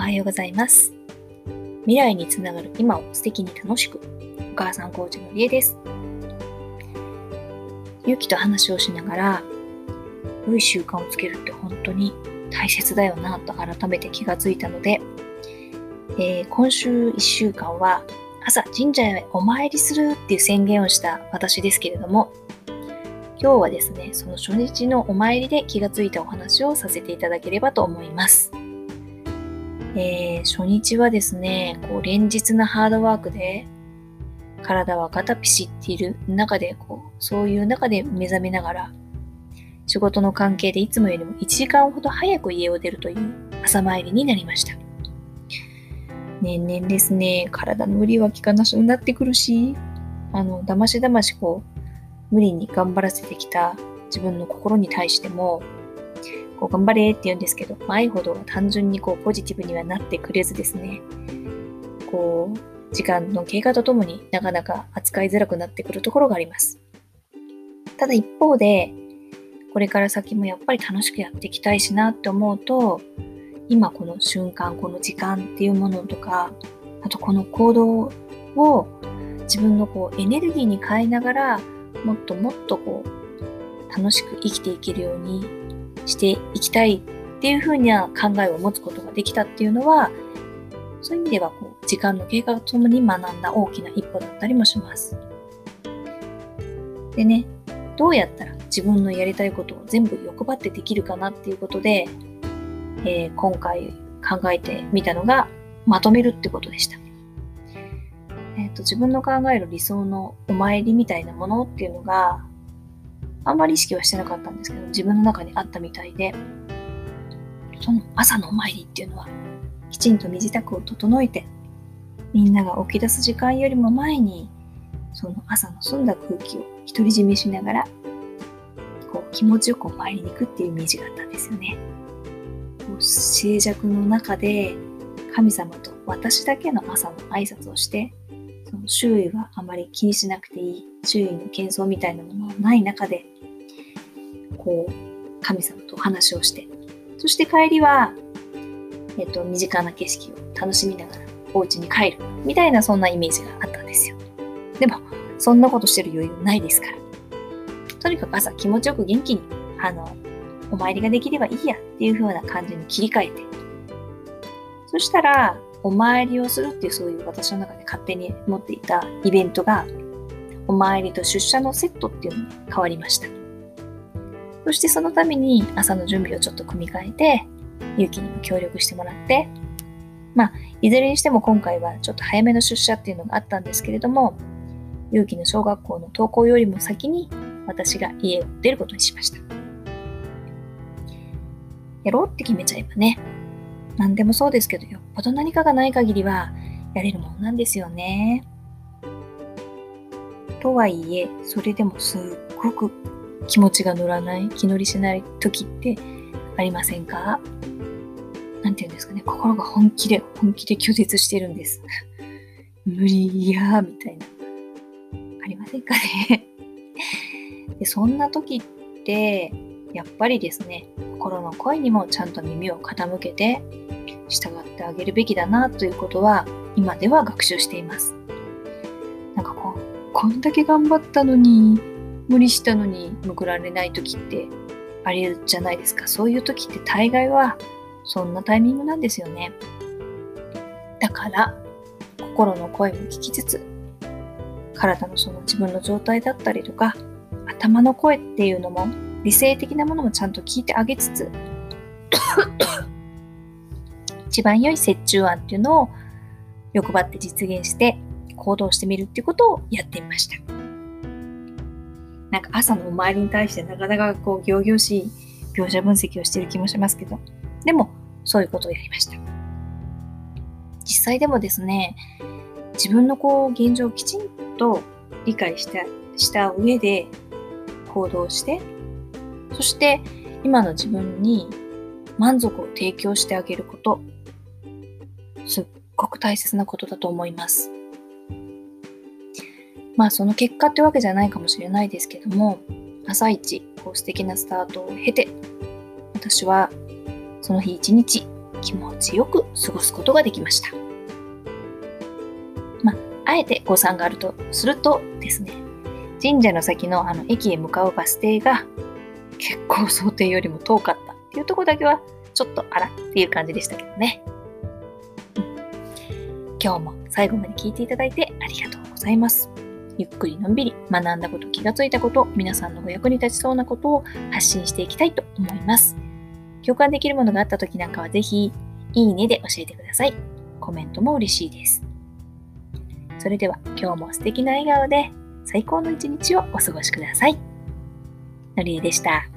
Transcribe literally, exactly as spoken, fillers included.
はようございます。未来につながる今を素敵に楽しく、お母さんコーチのりえです。ゆきと話をしながら、良い習慣をつけるって本当に大切だよなと改めて気がついたので、えー、今週いっしゅうかんは朝神社へお参りするっていう宣言をした私ですけれども、今日はですね、その初日のお参りで気がついたお話をさせていただければと思います。えー、初日はですね、こう連日のハードワークで体はガタピシっている中でこう、そういう中で目覚めながら、仕事の関係でいつもよりもいちじかんほど早く家を出るという朝参りになりました。年々ですね、体の無理は効かなくなってくるし、あの、だましだましこう、無理に頑張らせてきた自分の心に対しても、こう頑張れって言うんですけど、前ほどは単純にこうポジティブにはなってくれずですね、こう、時間の経過とともになかなか扱いづらくなってくるところがあります。ただ一方で、これから先もやっぱり楽しくやっていきたいしなって思うと、今この瞬間、この時間っていうものとか、あとこの行動を自分のこうエネルギーに変えながら、もっともっとこう楽しく生きていけるようにしていきたいっていうふうな考えを持つことができたっていうのは、そういう意味ではこう時間の経過とともに学んだ大きな一歩だったりもします。でね、どうやったら自分のやりたいことを全部欲張ってできるかなっていうことで、えー、今回考えてみたのがまとめるってことでした。えーと、自分の考える理想のお参りみたいなものっていうのがあんまり意識はしてなかったんですけど、自分の中にあったみたいで、その朝のお参りっていうのはきちんと身支度を整えて、みんなが起き出す時間よりも前にその朝の澄んだ空気を独り占めしながらこう気持ちよくお参りに行くっていうイメージがあったんですよね。静寂の中で神様と私だけの朝の挨拶をして、その周囲はあまり気にしなくていい、周囲の喧騒みたいなものはない中で、こう神様とお話をして、そして帰りは、えっと、身近な景色を楽しみながらお家に帰るみたいな、そんなイメージがあったんですよ。でもそんなことしてる余裕ないですから、とにかく朝気持ちよく元気にあのお参りができればいいやっていう風な感じに切り替えて、そしたらお参りをするっていう、そういう私の中で勝手に持っていたイベントがお参りと出社のセットっていうのに変わりました。そしてそのために朝の準備をちょっと組み替えて、ゆうきにも協力してもらって、まあいずれにしても今回はちょっと早めの出社っていうのがあったんですけれども、ゆうきの小学校の登校よりも先に私が家を出ることにしました。やろうって決めちゃえばね、何でもそうですけど、よっぽど何かがない限りはやれるもんなんですよね。とはいえ、それでもすっごく気持ちが乗らない、気乗りしない時ってありませんか？なんていうんですかね、心が本気で本気で拒絶してるんです。無理やみたいな、ありませんかね。で、そんな時ってやっぱりですね、心の声にもちゃんと耳を傾けて従ってあげるべきだなということは今では学習しています。なんかこう、こんだけ頑張ったのに、無理したのに報われない時ってあり得るじゃないですか。そういう時って大概はそんなタイミングなんですよね。だから心の声も聞きつつ、体のその自分の状態だったりとか、頭の声っていうのも理性的なものもちゃんと聞いてあげつつ一番良い折衷案っていうのを欲張って実現して行動してみるっていうことをやってみました。なんか朝のお参りに対してなかなかこう仰々しい描写分析をしている気もしますけど、でもそういうことをやりました。実際でもですね、自分のこう現状をきちんと理解した、した上で行動して、そして今の自分に満足を提供してあげること、すっごく大切なことだと思います。まあその結果ってわけじゃないかもしれないですけども、朝一こう素敵なスタートを経て、私はその日一日気持ちよく過ごすことができました。まあ、あえて誤算があるとするとですね、神社の先のあの駅へ向かうバス停が結構想定よりも遠かったっていうところだけはちょっとあらっていう感じでしたけどね。うん、今日も最後まで聞いていただいてありがとうございます。ゆっくりのんびり学んだこと、気がついたこと、皆さんのお役に立ちそうなことを発信していきたいと思います。共感できるものがあった時なんかはぜひいいねで教えてください。コメントも嬉しいです。それでは今日も素敵な笑顔で最高の一日をお過ごしください。のりえでした。